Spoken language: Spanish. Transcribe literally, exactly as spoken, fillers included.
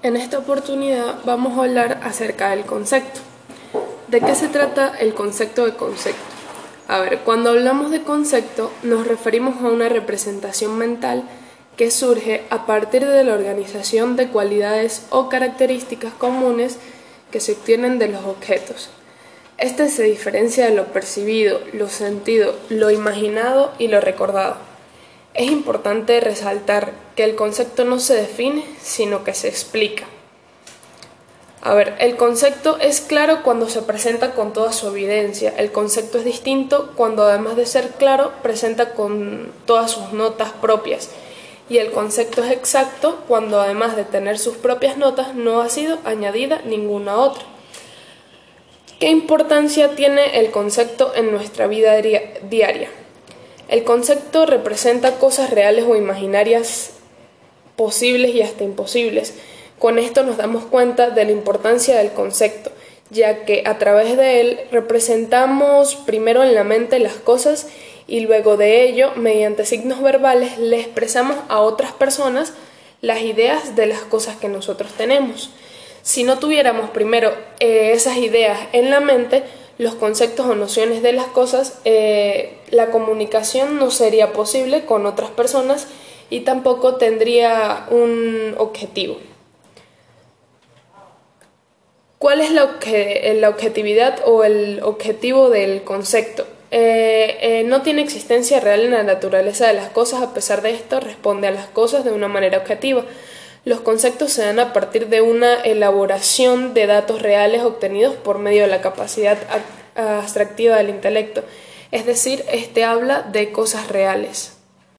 En esta oportunidad vamos a hablar acerca del concepto. ¿De qué se trata el concepto de concepto? A ver, cuando hablamos de concepto nos referimos a una representación mental que surge a partir de la organización de cualidades o características comunes que se obtienen de los objetos. Este se diferencia de lo percibido, lo sentido, lo imaginado y lo recordado. Es importante resaltar que el concepto no se define, sino que se explica. A ver, el concepto es claro cuando se presenta con toda su evidencia. El concepto es distinto cuando, además de ser claro, presenta con todas sus notas propias. Y el concepto es exacto cuando, además de tener sus propias notas, no ha sido añadida ninguna otra. ¿Qué importancia tiene el concepto en nuestra vida diaria? El concepto representa cosas reales o imaginarias, posibles y hasta imposibles. Con esto nos damos cuenta de la importancia del concepto, ya que a través de él representamos primero en la mente las cosas y luego de ello, mediante signos verbales, le expresamos a otras personas las ideas de las cosas que nosotros tenemos. Si no tuviéramos primero eh, esas ideas en la mente, los conceptos o nociones de las cosas, eh, la comunicación no sería posible con otras personas y tampoco tendría un objetivo. ¿Cuál es la, obje- la objetividad o el objetivo del concepto? Eh, eh, no tiene existencia real en la naturaleza de las cosas, a pesar de esto responde a las cosas de una manera objetiva. Los conceptos se dan a partir de una elaboración de datos reales obtenidos por medio de la capacidad abstractiva del intelecto, es decir, este habla de cosas reales.